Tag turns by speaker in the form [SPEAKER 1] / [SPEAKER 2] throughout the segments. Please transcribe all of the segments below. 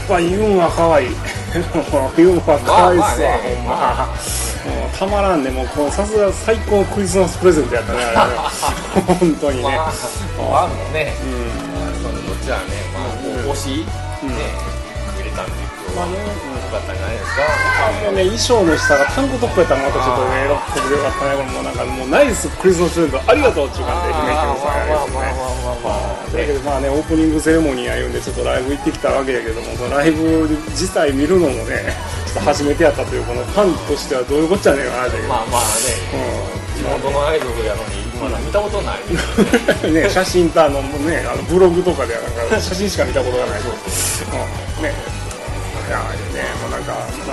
[SPEAKER 1] ぱユンは可愛いユンは可愛いっすわ、ほんまたまらんね。もうさすが最高のクリスマスプレゼントやったねあれ本当にね。
[SPEAKER 2] まあもね、どっちはね、推し入れたんで今日はよかったんじゃないですか。
[SPEAKER 1] もうね、衣装の下がタンクトップやったらまたちょっとねエロっぽくてよかったね。もうなんかもうナイスクリスマスプレゼントありがとうっていう感じで姫君さんやるんですね。だけどまあね、オープニングセレモニーや言うんでちょっとライブ行ってきたわけやけども、そのライブ自体見るのもねちょっと初めてやったというこのファンとしてはどういうこっちゃねえかなっていう。
[SPEAKER 2] まあね、地元のアイドルやのにまだ見たことない
[SPEAKER 1] ね、写真とね、ブログとかではなんか写真しか見たことがないね。いやね、もうなんか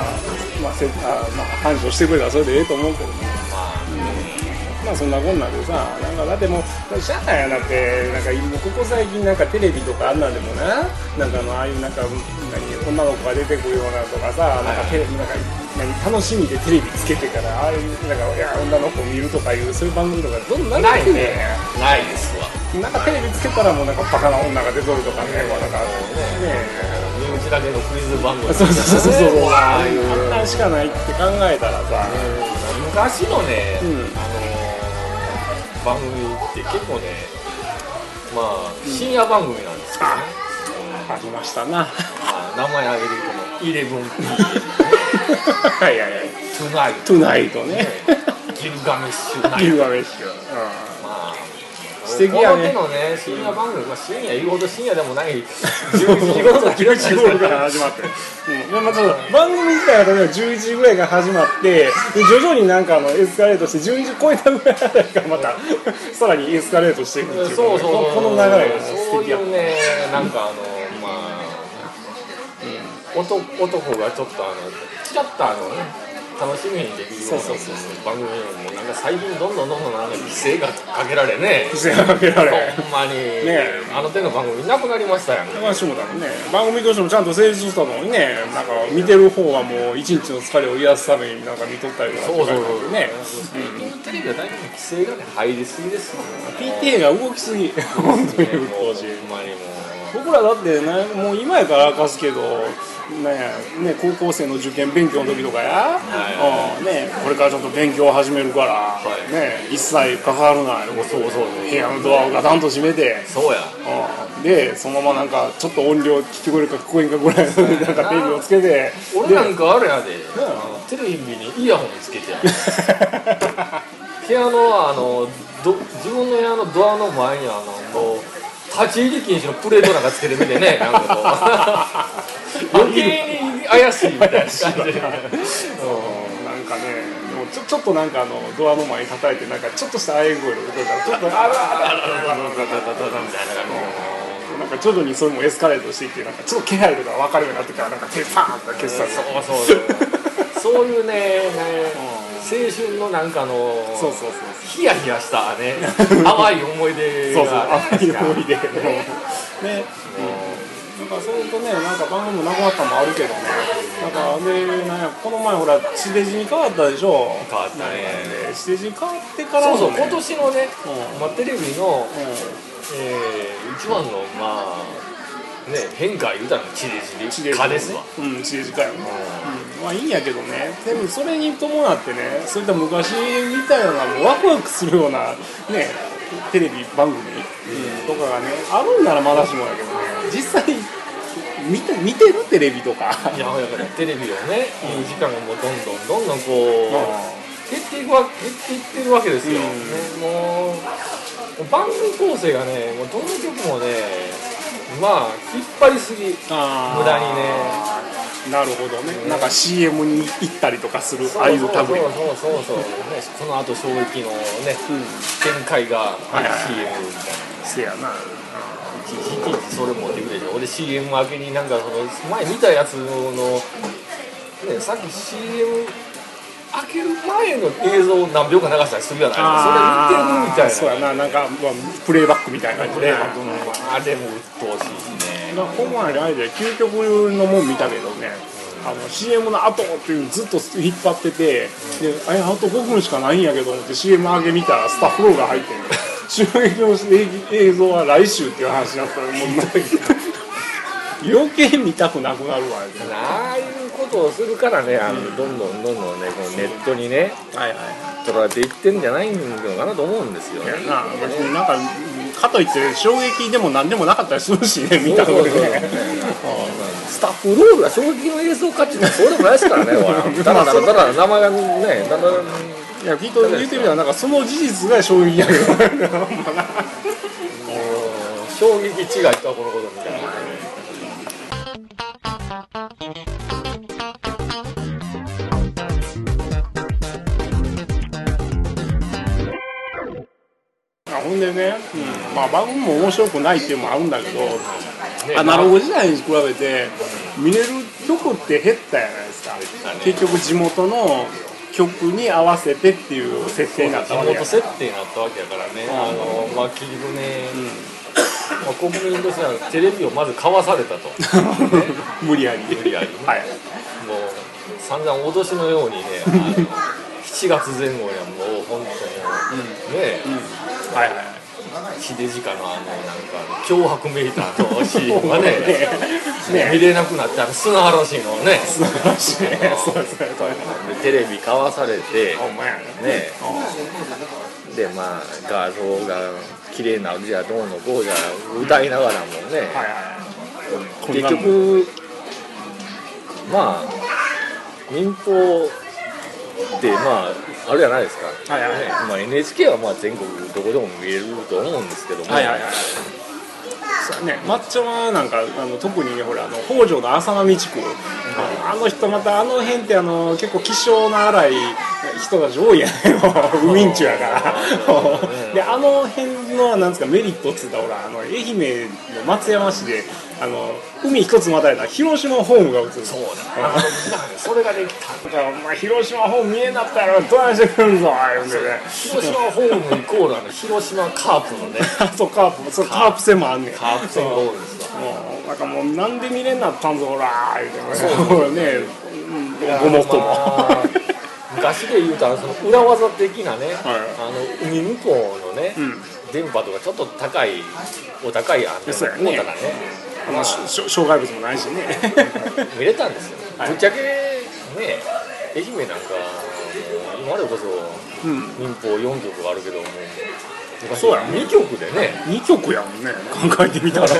[SPEAKER 1] 繁盛してくれたらそれでええと思うけどね。まあそんなこんなんでさ、なんかだってもうしゃあないやなって、なんかここ最近なんかテレビとかあんなんでもな、なんかああいうなんか女の子が出てくるようなとかさ、なんかテレビなんか楽しみでテレビつけてからああいうなんか女の子見るとかいうそういう番組とかどんどん
[SPEAKER 2] ないね。ないですわ。
[SPEAKER 1] なんかテレビつけたらもうなんかバカな女が出とるとかね、なんか
[SPEAKER 2] ね。身内だけのクイズ番組
[SPEAKER 1] そうああいうあんなんしかないって考えたらさ、
[SPEAKER 2] 昔のね、番組って結構ね、まあ深夜番組なんですけどね、
[SPEAKER 1] ありましたな。
[SPEAKER 2] 名前挙げてこの 11P
[SPEAKER 1] はいはいはい、トゥナイトね、
[SPEAKER 2] ギルガメッシュナイト、
[SPEAKER 1] ギルガメッシュ、
[SPEAKER 2] 素敵やね。この手のね、深夜番組、深夜言うほど深夜でもない11時頃
[SPEAKER 1] から始まって、まず番組自体は例えば11時ぐらいから始まって、徐々になんかエスカレートして12時超えたぐらいからまたさらにエスカレートしていくっていう、この流れが
[SPEAKER 2] そういうね、なんか男がちょっとちらっと楽しみにできるような番組もなんか最近どんどんなんか規制がかけられね、
[SPEAKER 1] 規制がかけられ
[SPEAKER 2] ほんまにね、手の番組なくなりましたやん。
[SPEAKER 1] 私もだね、番組としてもちゃんと成立したのにね、なんか見てる方はもう一日の疲れを癒すためになんか見とったりとかね。
[SPEAKER 2] テレビはだいぶ規制がね入りすぎですよ。
[SPEAKER 1] PTA が動きすぎ、本当にうっとうしい。僕らだってね、もう今やから明かすけどね、高校生の受験勉強の時とかや、ね、これからちょっと勉強を始めるから、ね、一切関わるな、部屋のドアをガタンと閉めて、でそのままなんかちょっと音量聞こえるか聞こえんかぐらいのなんかテレビをつけて、
[SPEAKER 2] 俺なんかあれやで、テレビにイヤホンつけてやる部屋の自分の部屋のドアの前に立ち入り禁止のプレートなんかつけてみてね、なんか余計に怪しいみたいな感じでなんかね、でもちょっとなんかドアの前に叩いてなんかちょっとしたあえ声の声からちょっとみたいな感じで、なんか徐々にそれもエスカレートしていって、なんかちょっと気配とか分かるようになってからなんか手パーンと消したり、 そういうね、青春のなんかヒヤヒヤしたね淡い思い出が
[SPEAKER 1] 淡い思い出ね。なんかそういうとね、なんか番組もなくなったのもあるけどね、なんかこの前ほら地デジに変わったでしょ。
[SPEAKER 2] 変わったね。
[SPEAKER 1] 地デジに変わってからのね、
[SPEAKER 2] 今年のね、テレビの一番の変化言うたら地デジ化ですわ。
[SPEAKER 1] 地デジ化よね。まあいいんやけどね、でもそれに伴ってね、そういった昔みたいなもうワクワクするようなねテレビ番組とかがねあるんならまだしもやけどね、実際見てるテレビとか、
[SPEAKER 2] いやだからテレビをね見る時間がもうどんどんこう減っていってるわけですよ。もう番組構成がね、もうどの曲もね、引っ張りすぎ、無駄にね。
[SPEAKER 1] なるほどね。なんか CM に行ったりとかするああいう類。そうね。
[SPEAKER 2] その後衝撃のね展開が CM みたいな。
[SPEAKER 1] せやな。
[SPEAKER 2] いちいちそれ持ってくれて、俺 CM 明けになんか前見たやつのね、さっき CM 開ける前の映像を何秒か流したりするじゃないですか。それ見てるみたいな。
[SPEAKER 1] そうやな、なんかプレイバックみたいな感じで。
[SPEAKER 2] あれも鬱陶しいしね。
[SPEAKER 1] この前のあれで究極のもん見たけどね、CM の後っていうずっと引っ張ってて、であと5分しかないんやけどって CM 上げ見たらスタッフロールが入ってる衝撃の映像は来週っていう話になったらもう余計見たくなくなるわ。
[SPEAKER 3] ああいうことをするからね、どんどんねこのネットにね、
[SPEAKER 1] はいはい、
[SPEAKER 3] 取られていってんじゃないのかなと思うんですよね。
[SPEAKER 1] 別になんかかといって衝撃でも何でもなかったりするしね、見たことね。
[SPEAKER 3] スタッフロールが衝撃の映像かっていうのはそうでもないですからね。だら名前がね、だら
[SPEAKER 1] いやきっと言ってみたらなんかその事実が衝撃やけど
[SPEAKER 3] 衝撃違いとはこのことみたいな。
[SPEAKER 1] ほんでね、まあ番組も面白くないっていうのもあるんだけど、アナログ時代に比べて見れる曲って減ったじゃないですか。結局地元の曲に合わせてっていう設定になったわけやから。
[SPEAKER 3] 地元設定になったわけやからね。まあ結局ね、まあ、国民としてはテレビをまず買わされたと、ね、
[SPEAKER 1] 無理やり
[SPEAKER 3] ね、はい、もう散々脅しのようにね7月前後にはもう本当にね、はいはい、秀近のなんか脅迫メーターのシーンがね見れなくなって砂嵐のね
[SPEAKER 1] 砂嵐ね
[SPEAKER 3] テレビ買わされてねでまあ画像が綺麗なるじゃどうのこうじゃ歌いながらもね、結局まあ民放ってまああるじゃないですか、まあ、NHK はまあ全国どこでも見れると思うんですけども、
[SPEAKER 1] そうね、抹茶はなんか特にねほら北条の浅波地区、あの人またあの辺って結構気性の荒い人たち多いやないのウミンチュやからであの辺のなんですかメリットっつったらほら愛媛の松山市で海一つまたいだ広島ホームが映る。
[SPEAKER 3] そうだそれができた
[SPEAKER 1] だからお前広島ホーム見えなったらどないしてくるんぞ言うんでね
[SPEAKER 3] 広島ホームイコール広島カープのね
[SPEAKER 1] そうカープ戦もあんねん。
[SPEAKER 3] カープ戦が多いですよ。
[SPEAKER 1] なんかもうなんで見れんなったんぞほら言うてそうねごもっとも
[SPEAKER 3] 昔で言うとその裏技的なね、海向こうのね、電波とかちょっと高いお高い
[SPEAKER 1] そうやね、障害物もないしね
[SPEAKER 3] 見れたんですよ。ぶっちゃけね愛媛なんか今でこそ民放4局あるけども
[SPEAKER 1] そうや
[SPEAKER 3] 2局でね
[SPEAKER 1] 2局やもんね考えてみたら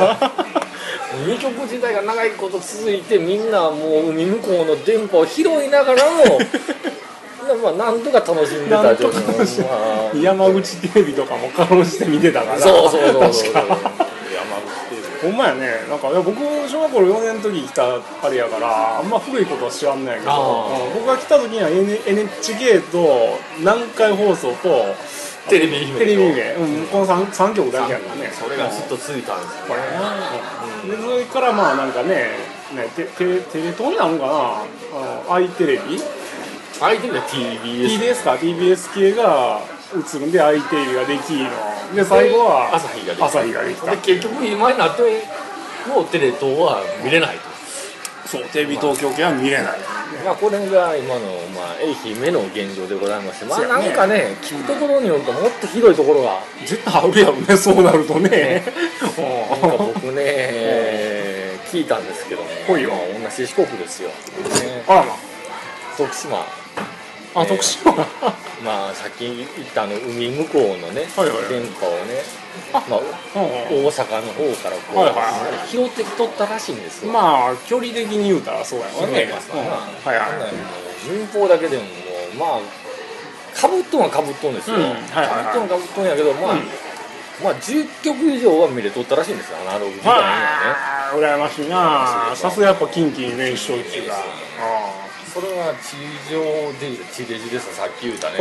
[SPEAKER 3] 2局自体が長いこと続いてみんなもう海向こうの電波を拾いながらもまあなんとか楽しんでた状況、
[SPEAKER 1] 山口テレビとかもかろうじて見てたから
[SPEAKER 3] そう山口テレビ
[SPEAKER 1] ほんまやね。なんか僕小学校4年の時来たあれやからあんま古いことは知らんないけど、僕が来た時には NHK と南海放送と
[SPEAKER 3] テレビ
[SPEAKER 1] 愛媛、この 3局だけやったね。
[SPEAKER 3] それがずっと続いたんですよね。
[SPEAKER 1] でそれからまあなんかねテレ東になるのかな、アイテレビ
[SPEAKER 3] アイテレビは TBS
[SPEAKER 1] か TBS 系が映るんでアイテレビができるので最後は
[SPEAKER 3] 朝日ができたで結局今になってもうテレ東は見れないと。
[SPEAKER 1] そうテレビ東京系は見れない、
[SPEAKER 3] まあこれが今の、愛媛の現状でございまして、まあなんかね聞くところによるともっと広いところが
[SPEAKER 1] 絶対あるやろねそうなるとね
[SPEAKER 3] なんか僕ね聞いたんですけども、同じ四国ですよ、
[SPEAKER 1] あらま
[SPEAKER 3] 徳島
[SPEAKER 1] 徳島
[SPEAKER 3] まあさっき言った海向こうのね、電波をね大阪の方からこう、拾ってきとったらしいんですよ。
[SPEAKER 1] まあ距離的に言うたらそうやわね。
[SPEAKER 3] 民放だけでもまあかぶっとんはかぶっとんですよ。かぶっとんやけどまあ10局以上は見れとったらしいんですよアナログ時代には
[SPEAKER 1] ね。羨ましいな。さすがやっぱ近畿に面してるっていうか。
[SPEAKER 3] それは地上で地デジですさっき言うたね。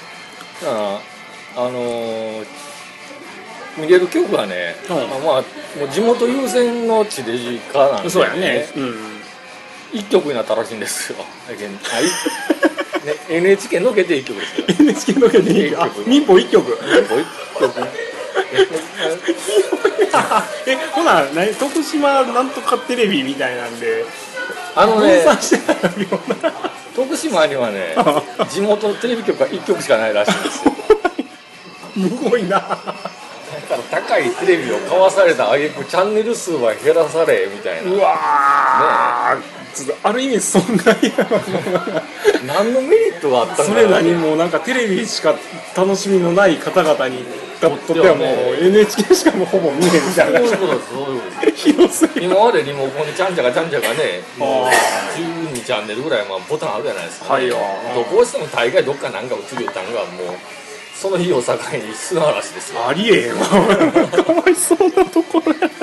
[SPEAKER 3] 見れる曲はね、まあもう地元優先の地デジ化なんで、
[SPEAKER 1] そうやね。
[SPEAKER 3] 1曲になったらしいんですよ。NHK のけて1曲ですよ。
[SPEAKER 1] NHK のけて1曲。民放1曲。ほな徳島なんとかテレビみたいなんで。
[SPEAKER 3] 徳島にはね地元テレビ局が1局しかないらしいんですよ
[SPEAKER 1] むごいな
[SPEAKER 3] だから高いテレビを買わされた挙句チャンネル数は減らされみたいな。
[SPEAKER 1] うわー、ね、ある意味損害
[SPEAKER 3] 何のメリットがあったんだろう。
[SPEAKER 1] それなにもなんかテレビしか楽しみのない方々にとってはもう NHK しかもほぼ見えんみたいな。
[SPEAKER 3] そういうことです、そういうことです。
[SPEAKER 1] 広すぎる。
[SPEAKER 3] 今までリモコンにちゃんちゃかね、もう12チャンネルぐらいボタンあるじゃないですか、ね。はいよ。どうしても大概どっかなんか映るよったんがもうその日を境に砂嵐ですよ。
[SPEAKER 1] ありえへんわ。かわいそうなところや。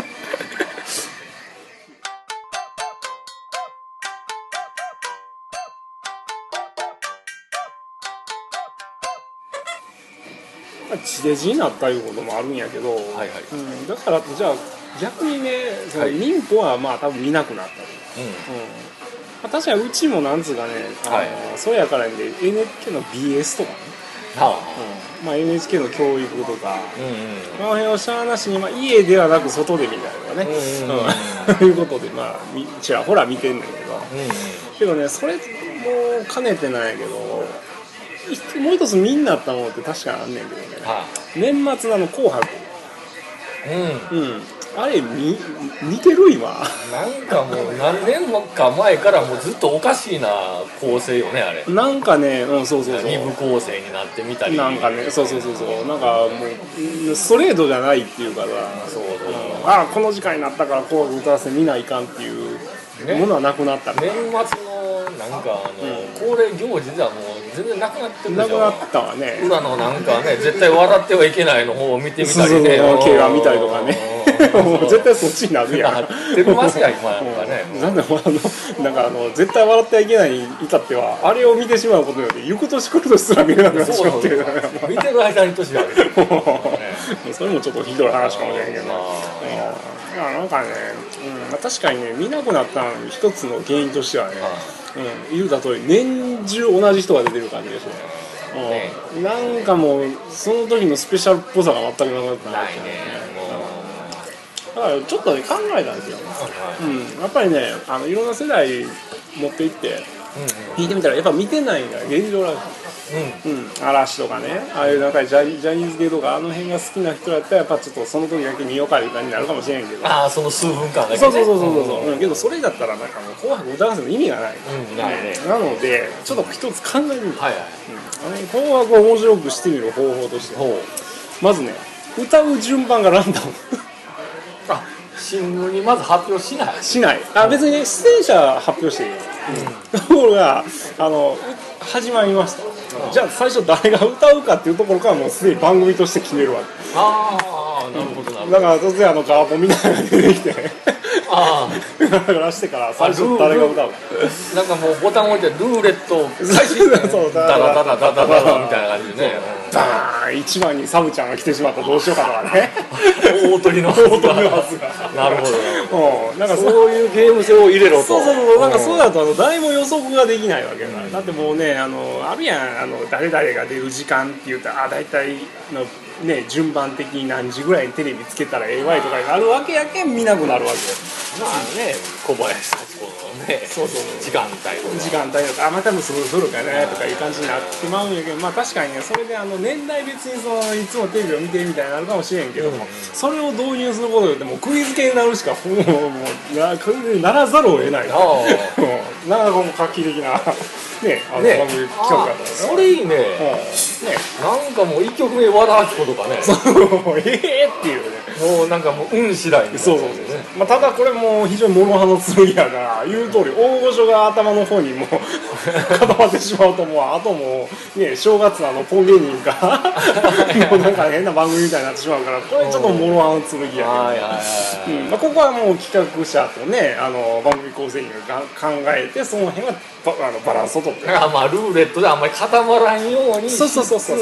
[SPEAKER 1] 地デジになったいうこともあるんやけど、はいはい、うん、だからじゃあ逆にね、その民法はまあ多分見なくなったり、うんうん、まあ、確かにうちもなんつうかね、はい、そうやからね NHK の BS とかね、はあ、うん、まあ、NHK の教育とか、うんうん、この辺をしゃあなしに、まあ、家ではなく外で見たりとかね、ということでまあちらほら見てんねんけど、うんうん、けどねそれも兼ねてないけどもう一つ見んなったものって確かにあんねんけどね、はあ、年末の紅白、うん、うん、あれ見てる今
[SPEAKER 3] なんかもう何年もか前からもうずっとおかしいな構成よねあれ。
[SPEAKER 1] なんかね、うん、そうそうそう、
[SPEAKER 3] 2部構成になってみたり
[SPEAKER 1] なんかね、そうなんかもうストレートじゃないっていうかさ、そう、うん、あこの時間になったから紅白歌わせ見ないかんっていうものはなくなった、ね、
[SPEAKER 3] 年末のなんか恒例行事ではもう全然なくなってるでしょ。
[SPEAKER 1] なくなったわね。
[SPEAKER 3] 裏のなんかね絶対笑ってはいけないの方を見てみたりね、
[SPEAKER 1] 競馬見たりとかねもう絶対そっちになるやん。
[SPEAKER 3] なってますや今なんかね。
[SPEAKER 1] なんでなんか絶対笑ってはいけないに至ってはあれを見てしまうことによって行く年来る年すら見れなくなってしまうっていう。
[SPEAKER 3] 見てる間に年ある
[SPEAKER 1] それもちょっとひどい話かもしれんけど、なんかね、うん、確かにね見なくなった一つの原因としてはね、言うた通り年中同じ人が出てる感じですね。なんかもうその時のスペシャルっぽさが全くなかったなってね。だからちょっとね考えたんですよ、うん、やっぱりねいろんな世代持っていって聞いてみたらやっぱ見てないんだ現状らしい。嵐とかね、ああいうなんかジャニーズ系とかあの辺が好きな人だったらやっぱちょっとその時だけ見ようかいう感じになるかもしれんけど、
[SPEAKER 3] ああその数分間だけね。
[SPEAKER 1] そう、けどそれだったらなんかもう紅白歌合戦の意味がない、ないね。なのでちょっと一つ考えてみる、紅白を面白くしてみる方法としてまずね歌う順番がランダム
[SPEAKER 3] 新聞にまず発表しない
[SPEAKER 1] 別にね出演者発表していい、ところが始まりました、じゃあ最初誰が歌うかっていうところからもうすでに番組として決めるわけ。
[SPEAKER 3] ああなるほど
[SPEAKER 1] だから突然ガーポンみたいなのが出てきてだからしてから最初誰が歌うか
[SPEAKER 3] なんかもうボタンを押してルーレット開始ダラダラダラダラみたいな感じでね、
[SPEAKER 1] バーン1番にサブちゃんが来てしまったらどうしようかとかね
[SPEAKER 3] 大鳥のはずがなるほどなんかそういうゲーム性を入れろと。
[SPEAKER 1] そうなんかそうだと誰も予測ができないわけだから、だってもうねあるやん誰々が出る時間って言ったら大体のね順番的に何時ぐらいにテレビつけたらええわいとかになるわけやけん見なくなるわけよ。
[SPEAKER 3] まあね小林幸子のね時間帯とか
[SPEAKER 1] またもそろかねとかいう感じになってまうんやけど、まあ確かにねそれで年代別にいつもテレビを見てみたいになるかもしれんけども、それを導入することによってもうクイズ系になるしかもうならざるを得ない。なかなかもう画期的なね番組企画だった。
[SPEAKER 3] それいいね。なんかもう1曲目和田アキ子とかね。
[SPEAKER 1] っていうね。
[SPEAKER 3] もうなんかもう次第に。
[SPEAKER 1] そうまあただこれも非常に諸刃の剣やから言う通り大御所が頭の方にもう固まってしまうともうあともうね正月のポン芸人がもうなんか変な番組みたいになってしまうからこれちょっと諸刃の剣やけど、ここはもう企画者とね番組構成員が考えてその辺はバランスを取って。
[SPEAKER 3] まあルーレットであんまり固まらんように
[SPEAKER 1] そう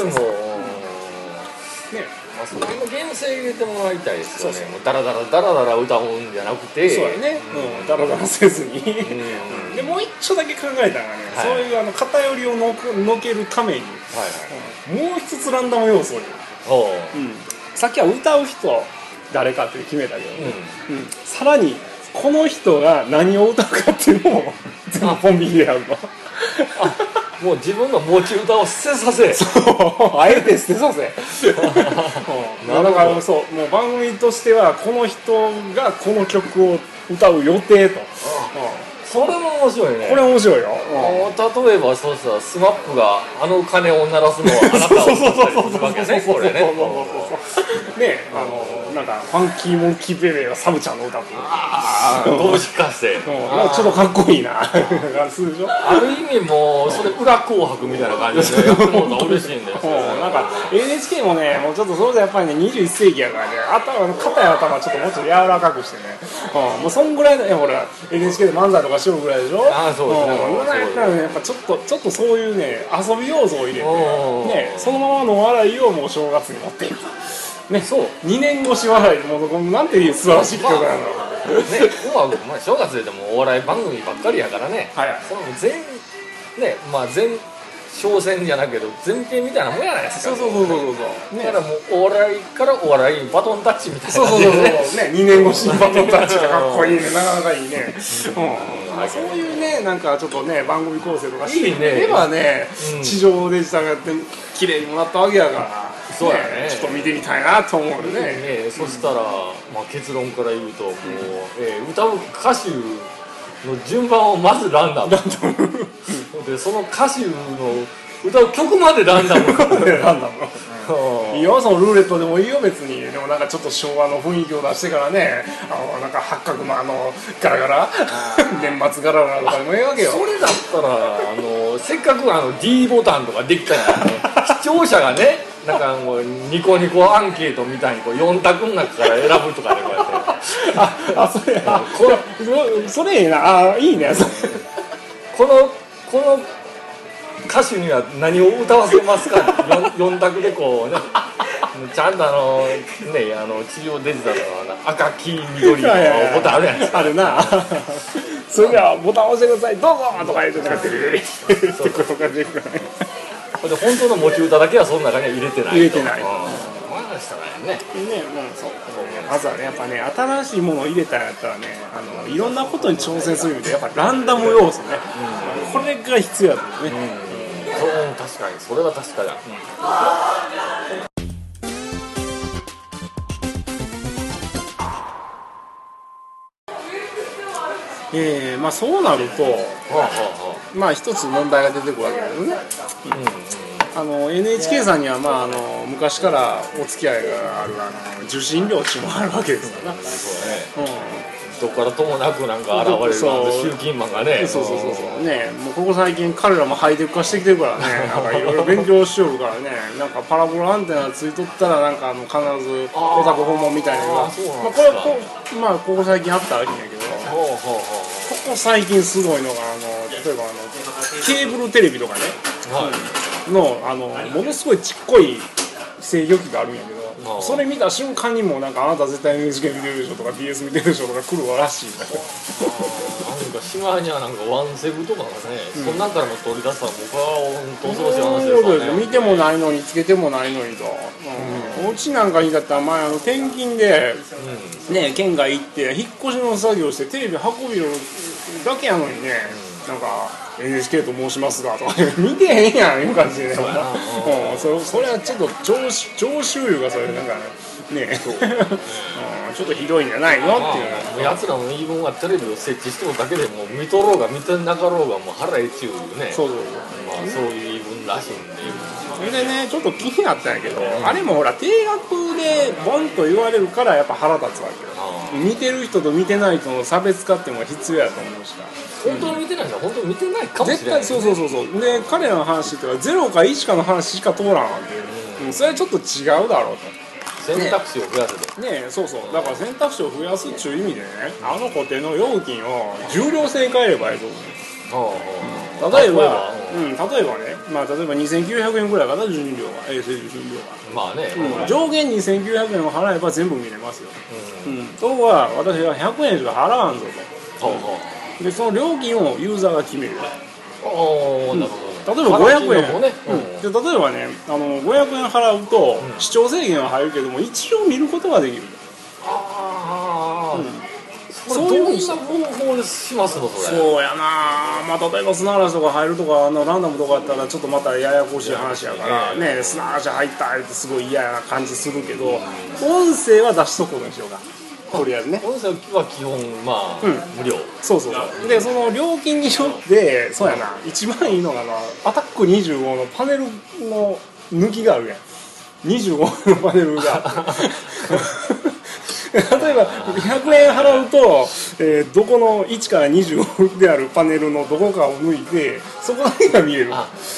[SPEAKER 3] それのゲーム性入れてもらいたいですよね。もうダラダラ歌うんじゃなくて、
[SPEAKER 1] そうやね、ダラダラせずにでもう一丁だけ考えたらね、そういう偏りをのけるために、もう一つランダム要素をさっきは歌う人誰かって決めたけど、さらにこの人が何を歌うかっていうのを全部コンビニでやるの。
[SPEAKER 3] もう自分の持ち歌を捨てさせ
[SPEAKER 1] あえて捨てさせだからそうもう番組としてはこの人がこの曲を歌う予定と
[SPEAKER 3] それも面白いね。
[SPEAKER 1] これ面白いよ、
[SPEAKER 3] 例えばそうさスマップがあの鐘を鳴らすのはあなたを歌ったりするわけねこれね
[SPEAKER 1] ねなんかファンキーモンキーベベがサブちゃんの歌って
[SPEAKER 3] 同時化して
[SPEAKER 1] ちょっとかっこいいなするでしょ。
[SPEAKER 3] ある意味もうそれ裏紅白みたいな感じでやってもらったら嬉しいんですよ
[SPEAKER 1] なんか NHK もねもうちょっとそれでやっぱりね21世紀やからね肩や頭ちょっともうちょっと柔らかくしてねもうそんぐらいのほら NHK で漫才とかしようぐらいでしょ。
[SPEAKER 3] そうですね
[SPEAKER 1] やっぱちょっとそういうね遊び要素を入れてねそのままの笑いをもう正月に持っていくね、そう2年越し笑いもうなんていう素晴らしい曲なの、
[SPEAKER 3] ね、正月でもお笑い番組ばっかりやからね、その前哨戦じゃなくて前編みたいなもんやないですか。
[SPEAKER 1] そう
[SPEAKER 3] だからもうお笑いからお笑いにバトンタッチみたいな
[SPEAKER 1] 感じでね2年越しにバトンタッチがかっこいいねなかなかいいねそういうねなんかちょっとね番組構成とかしていればね地上デジタルやって綺麗にもらったわけやからそうやね、ちょっと見てみたいなと思うよね。
[SPEAKER 3] そしたら、結論から言うともう、歌う歌手の順番をまずランダムでその歌手の歌う曲までランダム
[SPEAKER 1] いやそのルーレットでもいいよ別に。でもなんかちょっと昭和の雰囲気を出してからねなんか八角のガラガラ年末ガラガラとかでもいいわけよ。
[SPEAKER 3] それだったらせっかくD ボタンとかできたら視聴者がねなんかもうニコニコアンケートみたいに4択の中から選ぶとかでこうや
[SPEAKER 1] ってそれいいないいね
[SPEAKER 3] この歌手には何を歌わせますか4択でこうねちゃんと地上デジタルの赤黄緑のボタンあるやん
[SPEAKER 1] あるなそれではボタン押してくださいどうぞとか言って使ってるってことができるからね
[SPEAKER 3] 本当の持ち歌だけはその中には入れてない
[SPEAKER 1] まずはねやっぱね新しいものを入れたんやったらねいろんなことに挑戦する意味でやっぱランダム要素ねこれが必要やと思うね
[SPEAKER 3] 確かにそれは確かだ
[SPEAKER 1] そうなると一つ問題が出てくるわけだよね。NHK さんには昔からお付き合いがある受信料値もあるわけですから
[SPEAKER 3] どこからともなくなんか現れる集金マンがね
[SPEAKER 1] もうここ最近彼らもハイテク化してきてるからねなんかいろいろ勉強しよるからねなんかパラボラアンテナついとったらなんか必ずオタク訪問みたいなのがここ最近あったわけやけどここ最近すごいのが例えばケーブルテレビとかねのものすごいちっこい制御機があるんやけどそれ見た瞬間にもなんかあなた絶対 NHK 見てるでしょとか BS 見てるでしょとか来るらしいなん
[SPEAKER 3] かしまいにはなんかワンセグとかがねそんなんからも取り出したら僕は本当恐ろしい話ですからね
[SPEAKER 1] 見てもないのにつけてもないのにとうちなんかにだったら前転勤で県外行って引っ越しの作業してテレビ運びるだけやのにねなんかNHK と申しますがとか見てへんやんいう感じでそれはちょっと常習いうかそれなんかねちょっとひどいんじゃないのっていう
[SPEAKER 3] やつらの言い分はテレビを設置してるだけでも見とろうが見てなかろうがもう腹えちゅうねそういう言い分らしいんで
[SPEAKER 1] それでねちょっと気になったんやけどあれもほら定額でボンと言われるからやっぱ腹立つわけよ見てる人と見てない人の差別化っていうのが必要やと思うし
[SPEAKER 3] 本当に見てない人は本当に見てないかもしれない、
[SPEAKER 1] 絶対そうで彼らの話っていうのは0か1かの話しか通らんわけそれはちょっと違うだろうと
[SPEAKER 3] 選択肢を増やすと
[SPEAKER 1] そうだから選択肢を増やすっていう意味でね固定の料金を重量制変えればいいと思う例えばね例えば2900円ぐらいから受信料が衛星受信料が上限2900円を払えば全部見れますよところが私は100円しか払わんぞとでその料金をユーザーが決めるなるほど例えば500円、例えばね500円払うと視聴制限は入るけども一応見ることができる
[SPEAKER 3] そういう方法でしますのそれ。
[SPEAKER 1] そうやな、まあ、例えば砂嵐とか入るとかランダムとかやったらちょっとまたややこしい話やからね、砂嵐入ったってすごい嫌な感じするけど、音声は出しとくことにしようか。とりあえずね、
[SPEAKER 3] 音声は基本まあ、無料。
[SPEAKER 1] そうでその料金によってそうやな、一番いいのがアタック25のパネルの抜きがあるやん。25のパネルが例えば100円払うと、どこの1から25であるパネルのどこかを抜いてそこだけが見える。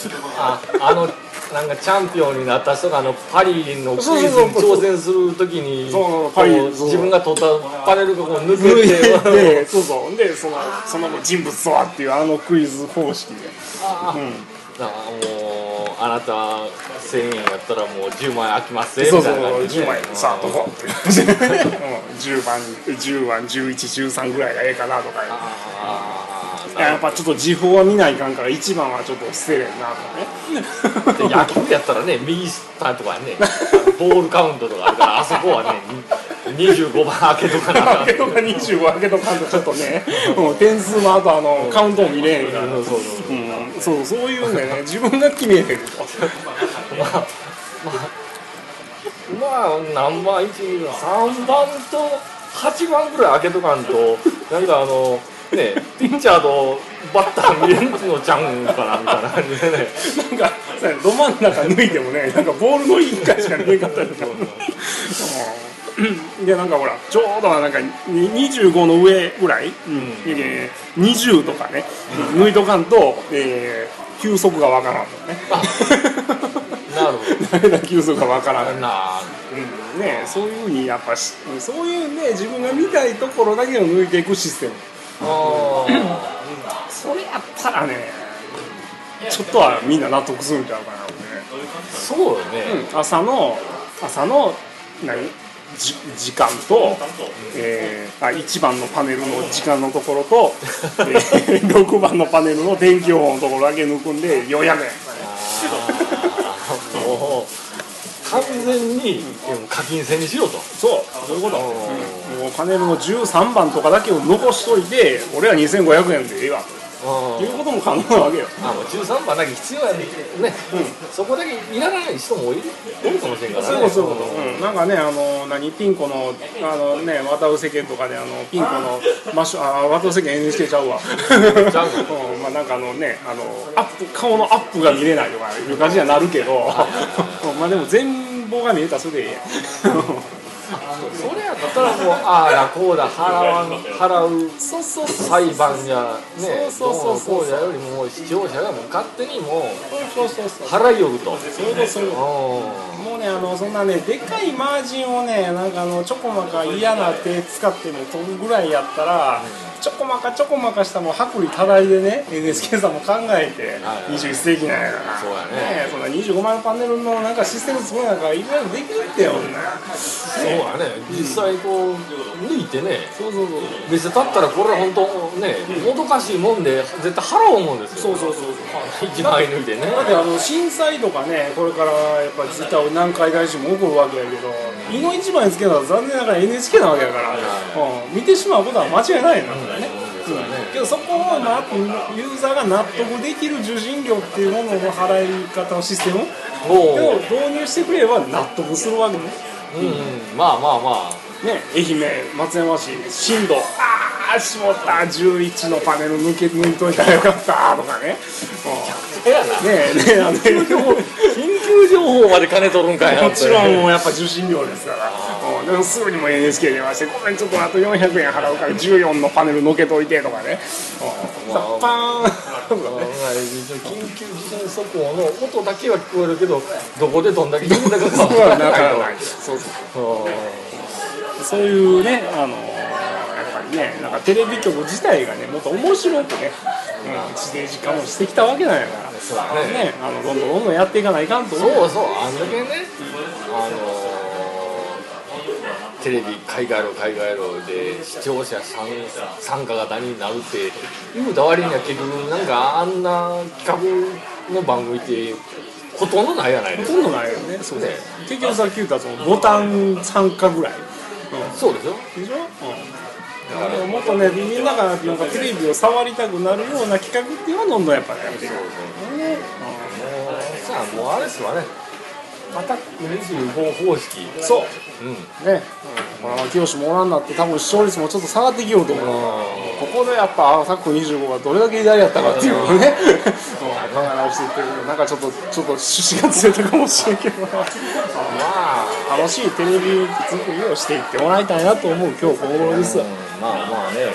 [SPEAKER 3] なんかチャンピオンになった人がパリのクイズに挑戦するときに自分が取ったパネルがこう抜けて
[SPEAKER 1] そうでその人物とはっていうクイズ方式で、
[SPEAKER 3] もうあなた1000円やったらもう10万円空きますねみたいな感じで、
[SPEAKER 1] 10万円さあどこって10番11、13ぐらいがええかなとか、やっぱちょっと時報は見ないかんから1番はちょっと捨てれんなとかね。
[SPEAKER 3] 野球やったらね右下とかねボールカウントとかあるからあそこはね25番開けとかな
[SPEAKER 1] 開けとか25開けとかんとちょっとね点数の後カウントも見れへんから、そういうね自分が決めへんと
[SPEAKER 3] まあ何番1、3番と8番ぐらい開けとかんとなんかね、ピッチャーとバッター見れるのちゃうんかなみたいな感じでね
[SPEAKER 1] なんかど真ん中抜いてもねなんかボールの1回しか見えんかったりとかでなんかほらちょうどなんか25の上ぐらい、20とかね、抜いとかんと、球速がわからんのね
[SPEAKER 3] なるほど
[SPEAKER 1] 誰だ球速がわからん
[SPEAKER 3] な、
[SPEAKER 1] ね、そういうふうにやっぱそういうね自分が見たいところだけを抜いていくシステム、それやったらねちょっとはみんな納得するんちゃうかな、
[SPEAKER 3] そうよね、
[SPEAKER 1] 朝の時間と、1番のパネルの時間のところと、6番のパネルの天気予報のところだけ抜くんで400円。
[SPEAKER 3] もう完全に課金制にしろと。
[SPEAKER 1] そういうこと。もうパネルの13番とかだけを残しといて俺は2500円でええわということも可能なわけよ。
[SPEAKER 3] もう13番だけ必要やね、そこだけいらない人もいるかもしれんからね。
[SPEAKER 1] そう、なんかねピンコの渡る世間とかでピンコの渡る世間 NHK ちゃうわまあなんか顔のアップが見れないとかいう感じにはなるけどまあでも全貌が見えたらそれでええやん
[SPEAKER 3] それやったらもうああだこうだ払う裁判じゃねどうのこうじゃよりも視聴者がもう勝手にもう払いよると。
[SPEAKER 1] もうねそんなねでかいマージンをねなんかちょこまか嫌な手使っても取るぐらいやったら、ちょこまかしたもう薄利多大でね NHK さんも考えて21世紀なんやから
[SPEAKER 3] そうやね
[SPEAKER 1] そんな25万パネルのなんかシステム作らなんかいろいろできるってよ
[SPEAKER 3] そうやね、実際こう抜いてね店立ったらこれは本当ねもどかしいもんで絶対払おうもんですよ。そう1万円抜いてね。
[SPEAKER 1] だって震災とかねこれからやっぱり絶対南海大震も起こるわけやけど胃の一番につけたら残念ながら NHK なわけやから、見てしまうことは間違いないんだからね。けどそこをユーザーが納得できる受信料っていうものの払い方のシステムを導入してくれば納得するわけね。
[SPEAKER 3] まあ
[SPEAKER 1] ね、愛媛、松山市、震度しもった11のパネル抜いといたらよかったとかね。
[SPEAKER 3] 緊急情報まで金取るんかいな。
[SPEAKER 1] もちろんもうやっぱ受信料ですから。でもすぐにも NHK 電話してごめんちょっとあと400円払うから14のパネルのけといてとかね。パーン
[SPEAKER 3] 緊急地震速報の音だけは聞こえるけどどこでどんだけ聞いたか分からないと。
[SPEAKER 1] そういうねやっぱりねなんかテレビ局自体がねもっと面白くね地デジ化もしてきたわけなんやからどんどんやっていかないかんと思う。
[SPEAKER 3] そうあんだけねテレビ海外路で視聴者参加型になるって言うた割には結局なんかあんな企画の番組ってほとんどないやないですか。
[SPEAKER 1] ほとんどないよね。そうね。結局さっき言ったそのボタン参加ぐらい。
[SPEAKER 3] そうでしょ。
[SPEAKER 1] もっとね、みんながなんかテレビを触りたくなるような企画っていうのはどんどんやっぱりやめていく。
[SPEAKER 3] もうあれですわね。アタック25方式。
[SPEAKER 1] そう。ね。小山清もおらんなって多分視聴率もちょっと下がってきようと思う。ここでやっぱアタック25がどれだけ偉大やったかっていうのをね、考え直していってるけど、なんかちょっと趣旨がずれたかもしれんけど、まあ楽しいテレビ作りをしていってもらいたいなと思う今日この頃です。
[SPEAKER 3] まあね。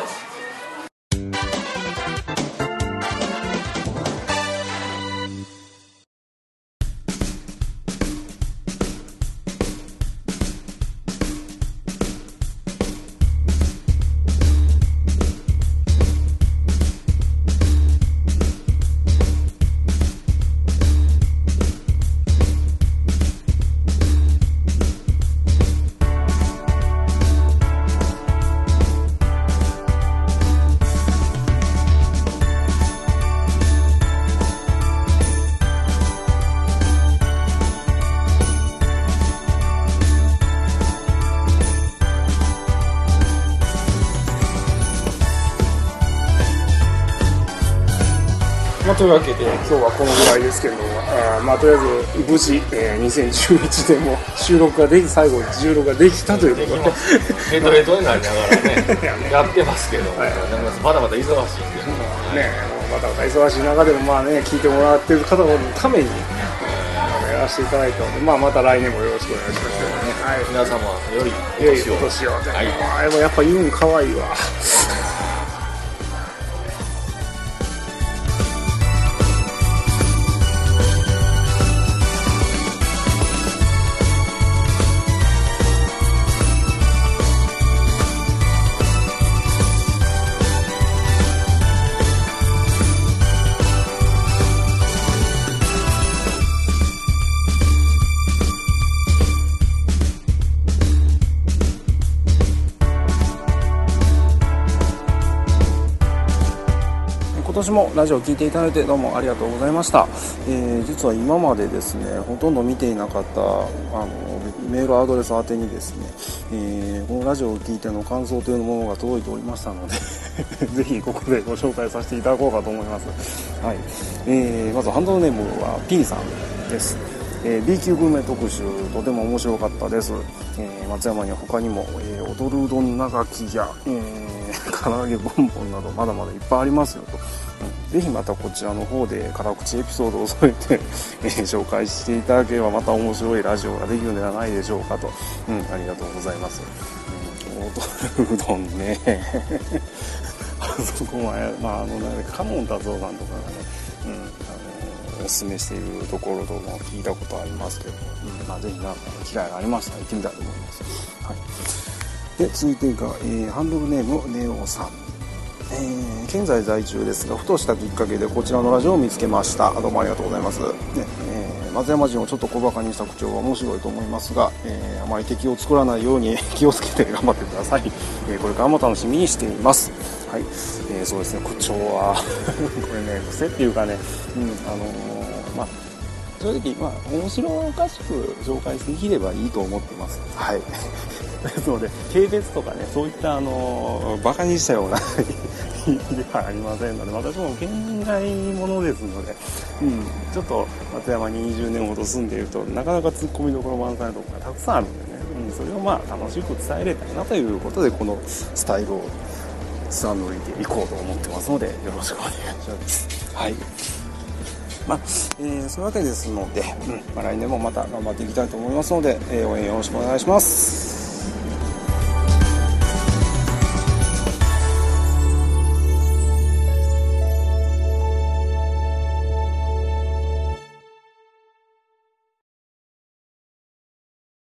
[SPEAKER 1] というわけで今日はこのぐらいですけど、とりあえず無事、2011年も収録ができ最後16ができたということで
[SPEAKER 3] ヘトヘトになりながらねやってますけど、まだまだ忙しいんで、
[SPEAKER 1] まだまだ忙しい中でも聞いてもらっている方のためにやらせていただいたので、また来年もよろしくお願いしますけどね。
[SPEAKER 3] 皆様より
[SPEAKER 1] 良いお年を。でもやっぱユン可愛いわ。今年もラジオを聞いていただいてどうもありがとうございました。実は今までですねほとんど見ていなかったメールアドレス宛てにですね、このラジオを聞いての感想というものが届いておりましたのでぜひここでご紹介させていただこうかと思います。はい。まずハンドルネームは P さんです。B 級グルメ特集とても面白かったです。松山には他にも、踊るうどん長きや、唐揚げボンボンなどまだまだいっぱいありますよと。ぜひまたこちらの方で辛口エピソードを添えて、紹介していただければまた面白いラジオができるのではないでしょうかと。ありがとうございます。踊るうどんねあそこはカノン達夫さんとかがね、おすすめしているところとも聞いたことありますけど、ぜひ機会がありましたら行ってみたいと思います。はい、で続いてが、ハンドルネームネオさん。現在在中ですがふとしたきっかけでこちらのラジオを見つけました。どうもありがとうございます。松山人をちょっと小馬鹿にした口調は面白いと思いますが、あまり敵を作らないように気をつけて頑張ってください。これからも楽しみにしています。はい、そうですね、口調はこれね癖っていうかね、正直面白おかしく紹介できればいいと思ってます。はいですので軽蔑とかねそういったバカにしたような意味ではありませんので、私も県外者ですので、ちょっと松山に20年ほど住んでいるとなかなかツッコミどころ満載のところがたくさんあるんでね、それを楽しく伝えれたいなということでこのスタイルを貫いていこうと思ってますのでよろしくお願いします。はい、そういうわけですので、来年もまた頑張っていきたいと思いますので、応援よろしくお願いします。